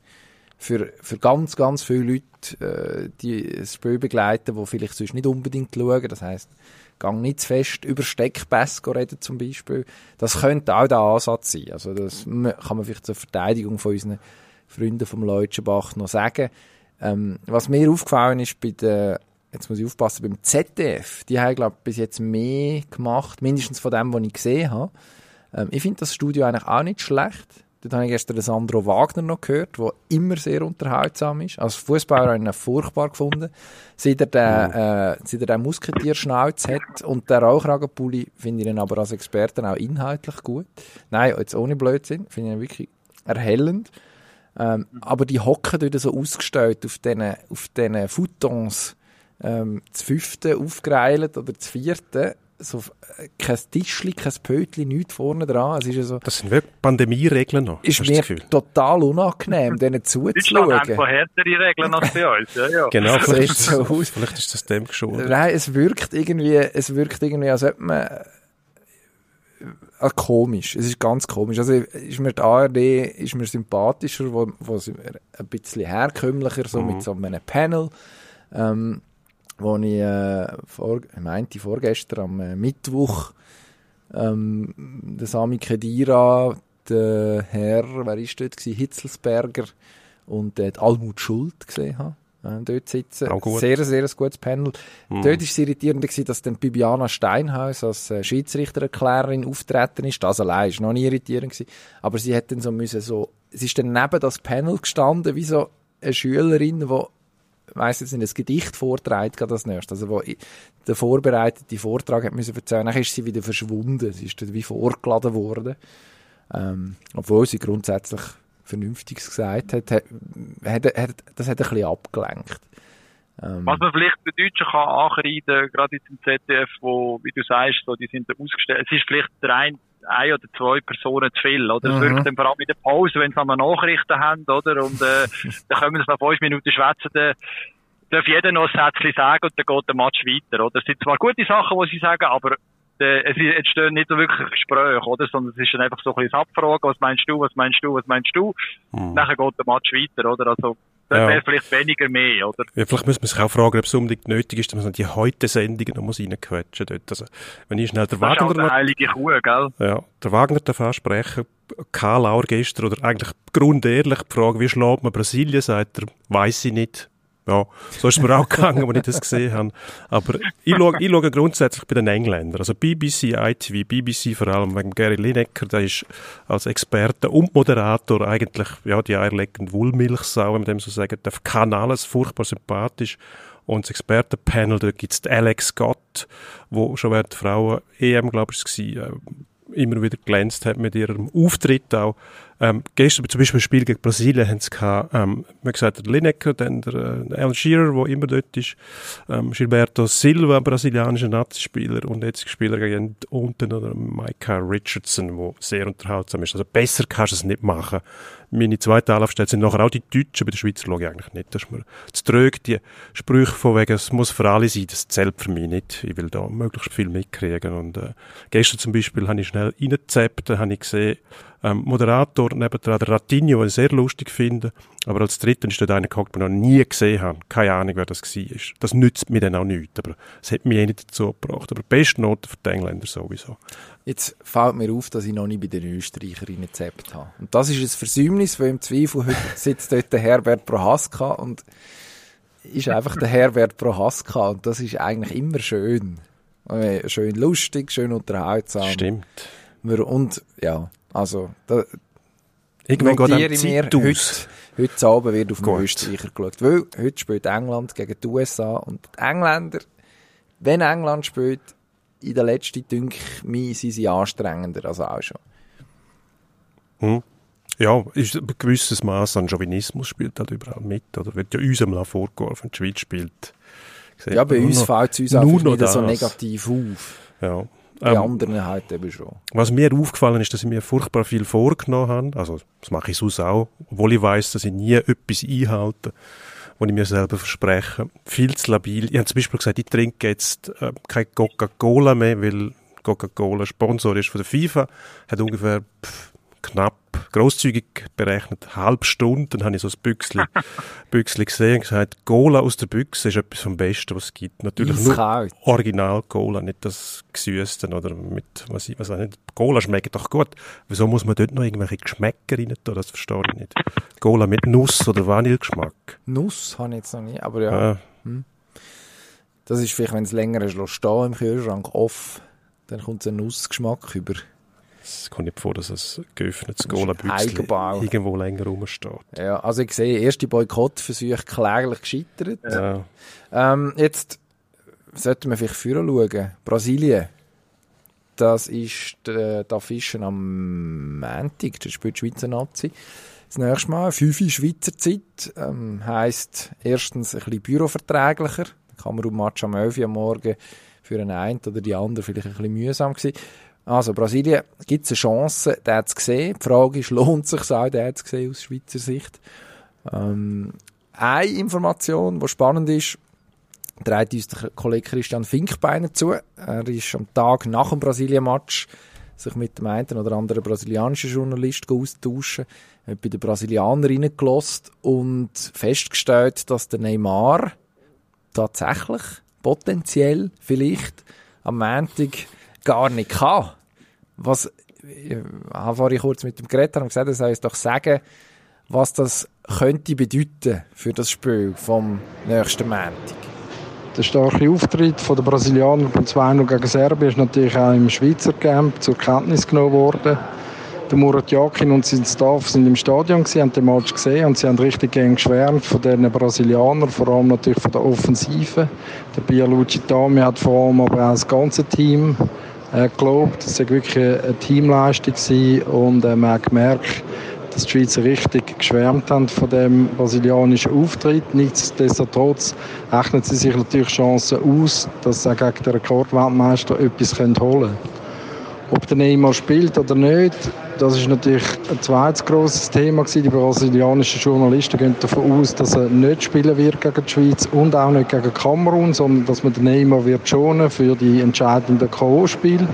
für ganz, ganz viele Leute das Spiel begleiten, die vielleicht sonst nicht unbedingt schauen. Das heisst, gang nicht zu fest über Steckpässe reden zum Beispiel. Das könnte auch der Ansatz sein. Also das kann man vielleicht zur Verteidigung von unseren Freunden vom Leutschenbach noch sagen. Was mir aufgefallen ist jetzt muss ich aufpassen, beim ZDF, die haben, glaube ich, bis jetzt mehr gemacht, mindestens von dem, was ich gesehen habe. Ich finde das Studio eigentlich auch nicht schlecht. Dort habe ich gestern den Sandro Wagner noch gehört, der immer sehr unterhaltsam ist. Als Fußballer habe ich ihn furchtbar gefunden. Seit er den Musketierschnauz hat und den Rauchragenpulli, finde ich ihn aber als Experten auch inhaltlich gut. Nein, jetzt ohne Blödsinn, finde ich ihn wirklich erhellend. Aber die hocken dort so ausgestellt auf diesen Futons, das 5. aufgereilt oder das 4. So kein Tischli, kein Pötli, nichts vorne dran. Es ist ja so, das sind wirklich Pandemie-Regeln noch. Ist mir total unangenehm, denen zuzuschauen. Deutschland hat härtere Regeln als bei uns. Ja. Genau, vielleicht ist das dem geschuldet. Nein, es wirkt irgendwie, als ob man komisch. Es ist ganz komisch. Also ist mir die ARD ist mir sympathischer, wo sie ein bisschen herkömmlicher, so mit so einem Panel, wo ich vorgestern am Mittwoch der Sami Khedira, der Herr, wer ist dort gewesen? Hitzelsberger und die Almut Schuld gesehen habe. Dort sitzen. Sehr, sehr ein gutes Panel. Dort war es irritierend, dass dann Bibiana Steinhaus als Schiedsrichtererklärerin auftreten ist. Das allein war noch nie irritierend gewesen. Aber sie hat dann so es ist dann neben das Panel gestanden, wie so eine Schülerin, die, ich weiss jetzt nicht, ein Gedicht vorträgt, gerade das nächste, also wo der vorbereitete Vortrag hat müssen erzählen, dann ist sie wieder verschwunden, sie ist dort wie vorgeladen worden, obwohl sie grundsätzlich Vernünftiges gesagt hat, das hat ein bisschen abgelenkt. Was man vielleicht den Deutschen kann ankreiden, gerade jetzt im ZDF, wo, wie du sagst, so, die sind da ausgestellt, es ist vielleicht ein oder zwei Personen zu viel, oder? Es wirkt dann vor allem in der Pause, wenn sie nochmal Nachrichten haben, oder? Und, dann können wir nach 5 Minuten schwätzen, dann darf jeder noch ein Sätzchen sagen und dann geht der Match weiter, oder? Es sind zwar gute Sachen, die sie sagen, aber es entstehen nicht so wirklich Gespräche, oder? Sondern es ist dann einfach so ein bisschen das Abfragen, was meinst du? Nachher geht der Match weiter, oder? Also, das wäre vielleicht weniger mehr, oder? Ja, vielleicht müssen wir sich auch fragen, ob es unbedingt nötig ist, dass man die Heute-Sendungen noch reinquetschen muss. Also, wenn ich schnell der Wagner... Das ist eine heilige Kuh, gell? Ja, der Wagner darf ansprechen. Karl Lauer gestern, oder eigentlich grundehrlich die Frage, wie schlägt man Brasilien, sagt er, weiss ich nicht. Ja, so ist es mir auch gegangen, als ich das gesehen habe. Aber ich schaue grundsätzlich bei den Engländern. Also BBC, ITV, BBC vor allem wegen Gary Lineker, der ist als Experte und Moderator eigentlich, ja, die eierlegende Wollmilchsau, wenn man dem so sagen darf, kann alles, furchtbar sympathisch. Und das Expertenpanel, da gibt es Alex Scott, wo schon während der Frauen-EM, glaube ich, es war, immer wieder glänzt hat mit ihrem Auftritt auch. Gestern zum Beispiel ein Spiel gegen Brasilien haben sie gehabt, man gesagt, der Lineker, dann der Alan Shearer, der immer dort ist, Gilberto Silva, brasilianischer Nazispieler, und jetzt Spieler gegen unten, oder Micah Richardson, der sehr unterhaltsam ist. Also besser kannst du es nicht machen. Meine zweite Anlaufstelle sind nachher auch die Deutschen, bei der Schweizer schaue ich eigentlich nicht. Das ist mir zu trög, die Sprüche von wegen, es muss für alle sein, das zählt für mich nicht. Ich will da möglichst viel mitkriegen. Und gestern zum Beispiel habe ich schnell reingezappt, da habe ich gesehen, Moderator nebendran, der Ratinho, den ich sehr lustig finde, aber als Dritten ist dort einer gehockt, den ich noch nie gesehen habe. Keine Ahnung, wer das war. Das nützt mir dann auch nichts, aber es hat mich eh nicht dazu gebracht. Aber beste Note für die Engländer sowieso. Jetzt fällt mir auf, dass ich noch nicht bei den Österreichern gezappt habe. Und das ist ein Versäumnis, weil im Zweifel heute sitzt dort der Herbert Prohaska und ist einfach der Herbert Prohaska, und das ist eigentlich immer schön. Schön lustig, schön unterhaltsam. Stimmt. Und, ja, also, da irgendwann notiere geht ich mir, aus. heute Abend wird auf den Österreicher geschaut. Weil heute spielt England gegen die USA, und die Engländer, wenn England spielt, in der letzten, denke ich, sind sie anstrengender als auch schon. Ja, ist ein gewisses Maß an Chauvinismus spielt halt überall mit, oder wird ja uns einmal vorgeworfen, wenn die Schweiz spielt. Ja, bei uns fällt es uns einfach nicht so negativ auf. Ja. Bei anderen halt eben schon. Was mir aufgefallen ist, dass ich mir furchtbar viel vorgenommen habe. Also, das mache ich sonst auch. Obwohl ich weiss, dass ich nie etwas einhalte, was ich mir selber verspreche. Viel zu labil. Ich habe zum Beispiel gesagt, ich trinke jetzt kein Coca-Cola mehr, weil Coca-Cola Sponsor ist von der FIFA. Hat ungefähr knapp, grosszügig berechnet, eine halbe Stunde. Dann habe ich so ein Büchsli gesehen und gesagt, Cola aus der Büchse ist etwas vom Besten, was es gibt. Natürlich nur Original-Cola, nicht das Gesüßte oder mit, was auch nicht. Cola schmeckt doch gut. Wieso muss man dort noch irgendwelche Geschmäcker rein tun? Das verstehe ich nicht. Cola mit Nuss- oder Vanillegeschmack. Nuss habe ich jetzt noch nie, aber ja. Das ist vielleicht, wenn es länger ist, stehen im Kühlschrank off, dann kommt ein Nussgeschmack über. Es kommt nicht vor, dass ein geöffnetes Cola-Büchsli irgendwo länger rumsteht. Ja, also ich sehe, erste Boykottversuche kläglich gescheitert. Ja. Jetzt sollten wir vielleicht vorher schauen. Brasilien, das ist der Fischen am Montag, das spielt die Schweizer Nazi. Das nächste Mal, 5 Uhr Schweizer Zeit, heisst erstens ein bisschen büroverträglicher. Der Kamerun-Match am 11 Uhr am Morgen für einen oder die andere vielleicht ein bisschen mühsam gewesen. Also Brasilien, gibt es eine Chance, den zu sehen? Die Frage ist, lohnt es sich auch, den zu sehen aus Schweizer Sicht? Eine Information, die spannend ist, trägt uns der Kollege Christian Finkbeiner zu. Er ist am Tag nach dem Brasilien-Match sich mit dem einen oder anderen brasilianischen Journalisten austauschen, hat bei den Brasilianern reingelassen und festgestellt, dass der Neymar tatsächlich, potenziell vielleicht am Montag gar nicht kann. Ich habe vorhin kurz mit dem geredet und gesagt, er soll uns doch sagen, was das könnte bedeuten für das Spiel vom nächsten Montag. Der starke Auftritt der Brasilianer beim 2-0 gegen Serbien ist natürlich auch im Schweizer Camp zur Kenntnis genommen worden. der Murat Yakin und sein Staff sind im Stadion gewesen, haben den Match gesehen und sie haben richtig gern geschwärmt von den Brasilianern, vor allem natürlich von der Offensive. Der Pierluigi Tami hat vor allem aber auch das ganze Team gelobt. Es war wirklich eine Teamleistung gewesen und man hat gemerkt, dass die Schweizer richtig geschwärmt haben von dem brasilianischen Auftritt. Nichtsdestotrotz rechnen sie sich natürlich Chancen aus, dass sie gegen den Rekordweltmeister etwas holen können. Ob der Neymar spielt oder nicht, das ist natürlich ein zweites grosses Thema gewesen. Die brasilianischen Journalisten gehen davon aus, dass er nicht spielen wird gegen die Schweiz und auch nicht gegen Kamerun, sondern dass man den Neymar wird schonen für die entscheidenden K.O.-Spiele.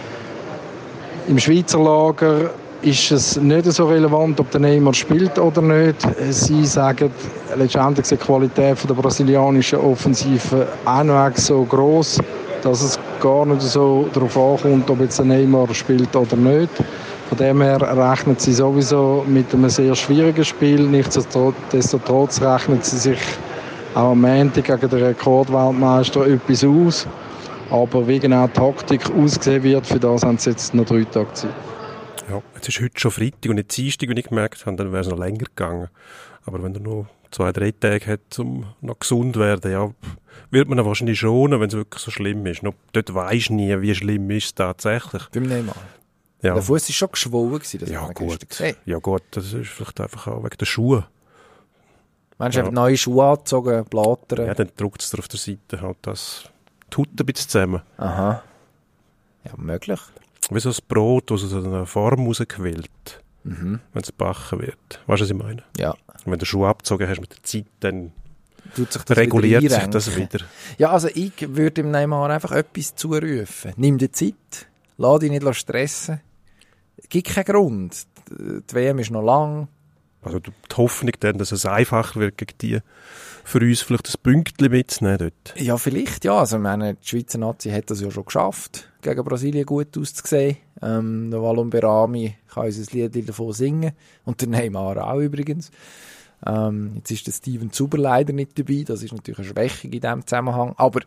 Im Schweizer Lager ist es nicht so relevant, ob der Neymar spielt oder nicht. Sie sagen, letztendlich ist die Qualität der brasilianischen Offensive auch noch so gross, dass es gar nicht so darauf ankommt, ob jetzt der Neymar spielt oder nicht. Von dem her rechnen sie sowieso mit einem sehr schwierigen Spiel. Nichtsdestotrotz rechnen sie sich auch am Montag gegen den Rekordweltmeister etwas aus. Aber wie genau die Taktik aussehen wird, für das haben sie jetzt noch 3 Tage Zeit. Ja, jetzt ist heute schon Freitag und nicht Dienstag, wie ich gemerkt habe, dann wäre es noch länger gegangen. Aber wenn er noch 2-3 Tage hat, um noch gesund zu werden, ja, wird man ihn wahrscheinlich schonen, wenn es wirklich so schlimm ist. Noch, dort weisst du nie, wie schlimm ist es tatsächlich. Beim Neymar. Ja. Der Fuß war schon geschwollen, das ja, haben wir gut. gestern gesehen. Ja gut, das ist vielleicht einfach auch wegen der Schuhe. Meinst du, er hat neue Schuhe angezogen, Blattern? Ja, dann drückt es auf der Seite halt das tut ein bisschen zusammen. Aha. Ja, möglich. Wie so ein Brot, das aus einer Form rausquillt, wenn es gebacken wird. Weißt du, was ich meine? Ja. Und wenn du Schuhe abgezogen hast mit der Zeit, dann Tut sich das reguliert wieder sich das wieder. Ja, also ich würde dem Neymar einfach etwas zurufen. Nimm dir Zeit, lass dich nicht stressen. Gibt keinen Grund. Die WM ist noch lang. Also die Hoffnung dann, dass es einfacher wird gegen die, für uns vielleicht ein Pünktchen mitzunehmen dort. Ja, vielleicht, ja. Also, ich meine, die Schweizer Nazi hat das ja schon geschafft, gegen Brasilien gut auszusehen. Der Walon Berami kann uns ein Lied davon singen. Und der Neymar auch übrigens. Jetzt ist der Steven Zuber leider nicht dabei. Das ist natürlich eine Schwächung in diesem Zusammenhang. Aber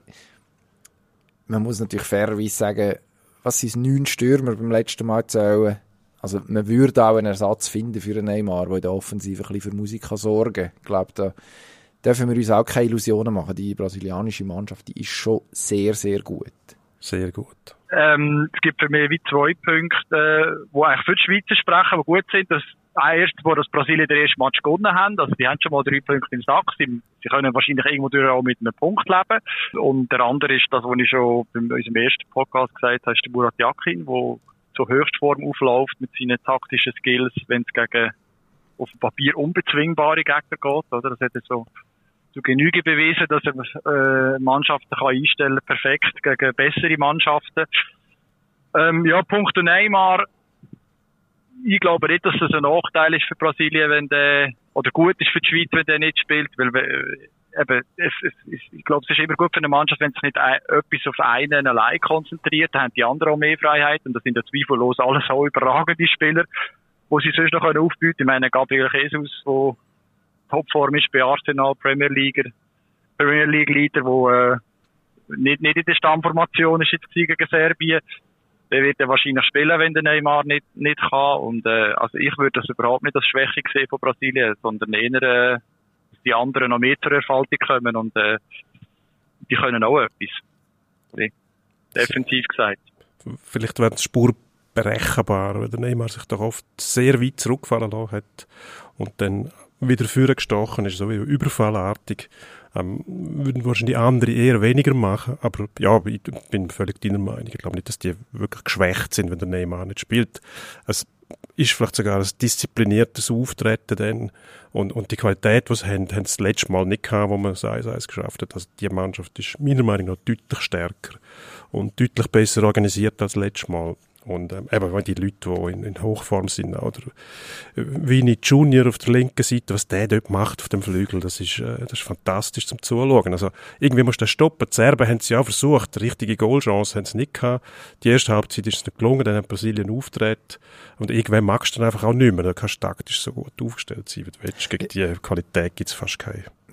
man muss natürlich fairerweise sagen, was sind 9 Stürmer beim letzten Mal zählen. Also man würde auch einen Ersatz finden für einen Neymar, der in der Offensive ein bisschen für Musik sorgen kann. Ich glaube, da dürfen wir uns auch keine Illusionen machen. Die brasilianische Mannschaft, die ist schon sehr, sehr gut. Sehr gut. Es gibt für mich wie 2 Punkte, die eigentlich für die Schweizer sprechen, die gut sind. Das erste, wo das Brasilien den ersten Match gewonnen haben. Also die haben schon mal 3 Punkte im Sack. Sie können wahrscheinlich irgendwo durch auch mit einem Punkt leben. Und der andere ist das, was ich schon bei unserem ersten Podcast gesagt habe, ist der Murat Yakin, der zur Höchstform aufläuft mit seinen taktischen Skills, wenn es gegen auf dem Papier unbezwingbare Gegner geht. Oder? Das hat er so zu Genüge bewiesen, dass er Mannschaften kann einstellen perfekt gegen bessere Mannschaften. Ja, punkto Neymar. Ich glaube nicht, dass das ein Nachteil ist für Brasilien, wenn der, oder gut ist für die Schweiz, wenn der nicht spielt, weil eben, ich glaube, es ist immer gut für eine Mannschaft, wenn sich nicht etwas auf einen allein konzentriert, dann haben die anderen auch mehr Freiheit und das sind ja zweifellos alles so überragende Spieler, wo sie sonst noch aufbieten können. Ich meine, Gabriel Jesus, der Topform ist bei Arsenal, Premier League Leader, wo nicht in der Stammformation ist jetzt gegen Serbien. Der wird ja wahrscheinlich spielen, wenn der Neymar nicht kann. Und also ich würde das überhaupt nicht als Schwäche sehen von Brasilien, sondern eher, dass die anderen noch mehr zur Erfaltung kommen und die können auch etwas. Defensiv gesagt. Vielleicht wird die Spur berechenbar, weil der Neymar sich doch oft sehr weit zurückfallen lassen hat und dann wieder vorgestochen ist, so wie überfallartig. Würden wahrscheinlich andere eher weniger machen, aber ja, ich bin völlig deiner Meinung. Ich glaube nicht, dass die wirklich geschwächt sind, wenn der Neymar nicht spielt. Es ist vielleicht sogar ein diszipliniertes Auftreten dann und die Qualität, die sie haben sie das letzte Mal nicht gehabt, wo man das 1-1 geschafft hat. Also die Mannschaft ist meiner Meinung nach deutlich stärker und deutlich besser organisiert als letztes Mal. Und eben die Leute, die in Hochform sind, oder Vini Junior auf der linken Seite, was der dort macht auf dem Flügel, das ist fantastisch zum Zuschauen. Also irgendwie musst du das stoppen. Die Serben haben es ja versucht, die richtige Goalchance haben sie nicht gehabt. Die erste Halbzeit ist es nicht gelungen, dann hat Brasilien auftreten. Und irgendwann magst du dann einfach auch nicht mehr. Da kannst du taktisch so gut aufgestellt sein, wie du willst. Gegen die Qualität gibt es fast keine.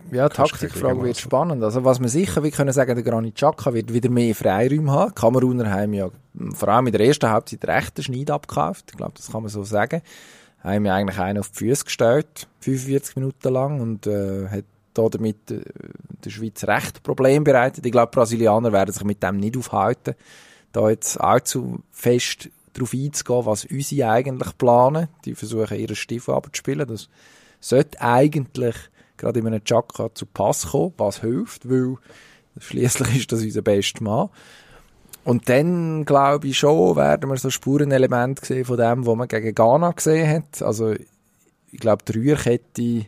Ja, die Taktikfrage wird spannend. Also was wir sicher wie können sagen, der Granit Xhaka wird wieder mehr Freiräume haben. Die Kameruner haben ja vor allem in der ersten Halbzeit rechten Schneid abgekauft. Ich glaube, das kann man so sagen. Haben ja eigentlich einen auf die Füße gestellt, 45 Minuten lang, und hat damit der Schweiz recht Probleme bereitet. Ich glaube, die Brasilianer werden sich mit dem nicht aufhalten, da jetzt allzu fest darauf einzugehen, was unsere eigentlich planen. Die versuchen, ihren Stiefel abzuspielen. Das sollte eigentlich gerade in einem Xhaka zu Pass kommen, was hilft, weil schliesslich ist das unser bester Mann. Und dann, glaube ich schon, werden wir so Spurenelement sehen von dem, was man gegen Ghana gesehen hat. Also, ich glaube, die Dreierkette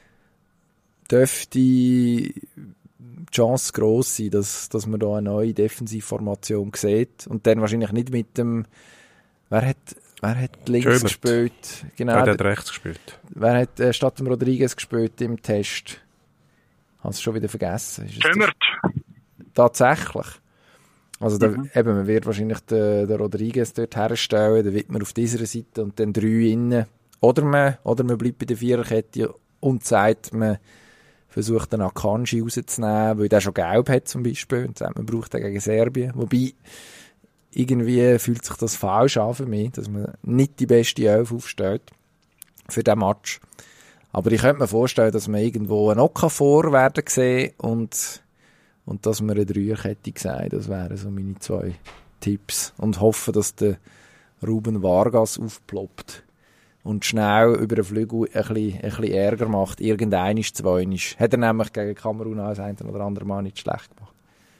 dürfte die Chance gross sein, dass man da eine neue Defensivformation sieht. Und dann wahrscheinlich nicht mit dem, wer hat links Schömert gespielt? Genau. Wer hat rechts gespielt? Wer hat statt dem Rodriguez gespielt im Test? Habe es schon wieder vergessen. Schömert. Tatsächlich. Also eben, man wird wahrscheinlich den Rodriguez dort herstellen, dann wird man auf dieser Seite und dann 3 innen. Oder man bleibt bei der Viererkette und sagt, man versucht den Akanji rauszunehmen, weil der schon gelb hat zum Beispiel, und sagt, man braucht den gegen Serbien. Wobei, irgendwie fühlt sich das falsch an für mich, dass man nicht die beste Elf aufstellt für diesen Match. Aber ich könnte mir vorstellen, dass wir irgendwo einen Okafor werden sehen und dass wir eine Dreierkette sehen. Das wären so meine 2 Tipps. Und hoffe, dass der Ruben Vargas aufploppt und schnell über den Flügel ein bisschen Ärger macht. Irgendeinisch, zweinisch. Hat er nämlich gegen Kamerun als ein oder andere Mal nicht schlecht gemacht.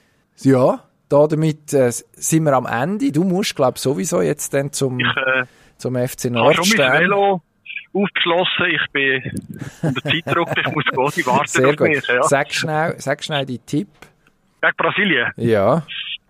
Ja, damit sind wir am Ende. Du musst, glaube ich, sowieso jetzt dann zum FC Nordstern. Ich habe schon mein Velo aufgeschlossen. Ich bin unter Zeitdruck. Ich muss gehen. Die warten Sehr auf gut. mich. Ja. Sag schnell deinen Tipp. Gegen Brasilien? Ja.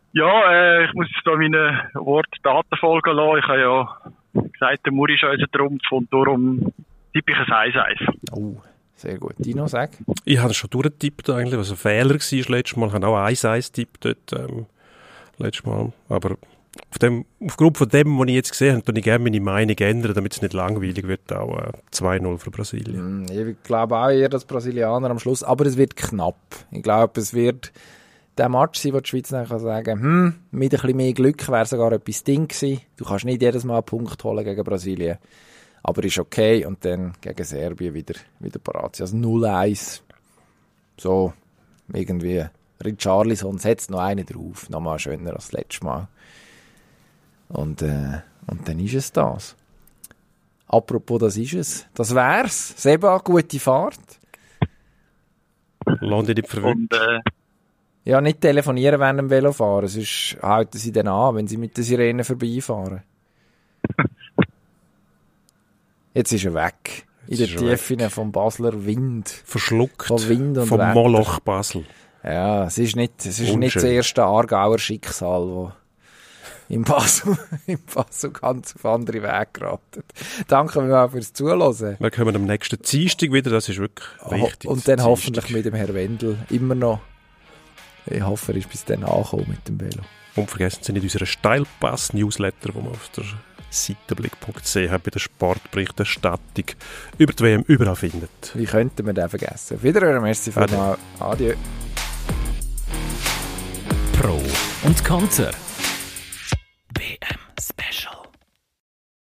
Ja, ich muss da meine Worte Daten folgen lassen. Ich habe ja gesagt, der Muri ist unser Trumpf und darum tippe ich ein 1-1. Oh, sehr gut. Dino, sag. Ich habe schon durchgetippt eigentlich, was ein Fehler war letztes Mal. Ich habe auch 1-1 getippt dort letztes Mal. Aber aufgrund von dem, was ich jetzt gesehen habe, würde ich gerne meine Meinung ändern, damit es nicht langweilig wird. Auch 2-0 für Brasilien. Ich glaube auch eher, dass Brasilianer am Schluss, aber es wird knapp. Ich glaube, es wird der Match sein, wo die Schweiz dann kann sagen, mit ein bisschen mehr Glück wäre sogar etwas Ding gewesen. Du kannst nicht jedes Mal einen Punkt holen gegen Brasilien. Aber ist okay. Und dann gegen Serbien wieder parat sein. Also 0-1. So, irgendwie. Richarlison setzt noch einen drauf. Nochmal schöner als das letzte Mal. Und dann ist es das. Apropos, das ist es. Das wär's. Seba, gute Fahrt. Lass dich nicht verwirren. Ja, nicht telefonieren während dem Velofahren, sonst halten sie dann an, wenn sie mit der Sirene vorbeifahren. Jetzt ist er weg. In der Tiefe vom Basler Wind. Verschluckt von Wind und vom Wetter. Moloch Basel. Ja, es ist nicht das erste Aargauer Schicksal, das im Basel ganz auf andere Wege geraten. Danke mir fürs Zuhören. Wir kommen am nächsten Dienstag wieder, das ist wirklich wichtig. Und dann hoffentlich mit dem Herrn Wendel immer noch. Ich hoffe, er ist bis dann angekommen mit dem Velo. Und vergessen Sie nicht unseren Steilpass-Newsletter, den wir auf der Seitenblick.ch bei der Sportberichterstattung über die WM überall findet. Wie könnten wir den vergessen? Auf Wiederhören, merci vielmals. Adieu. Pro und Konter.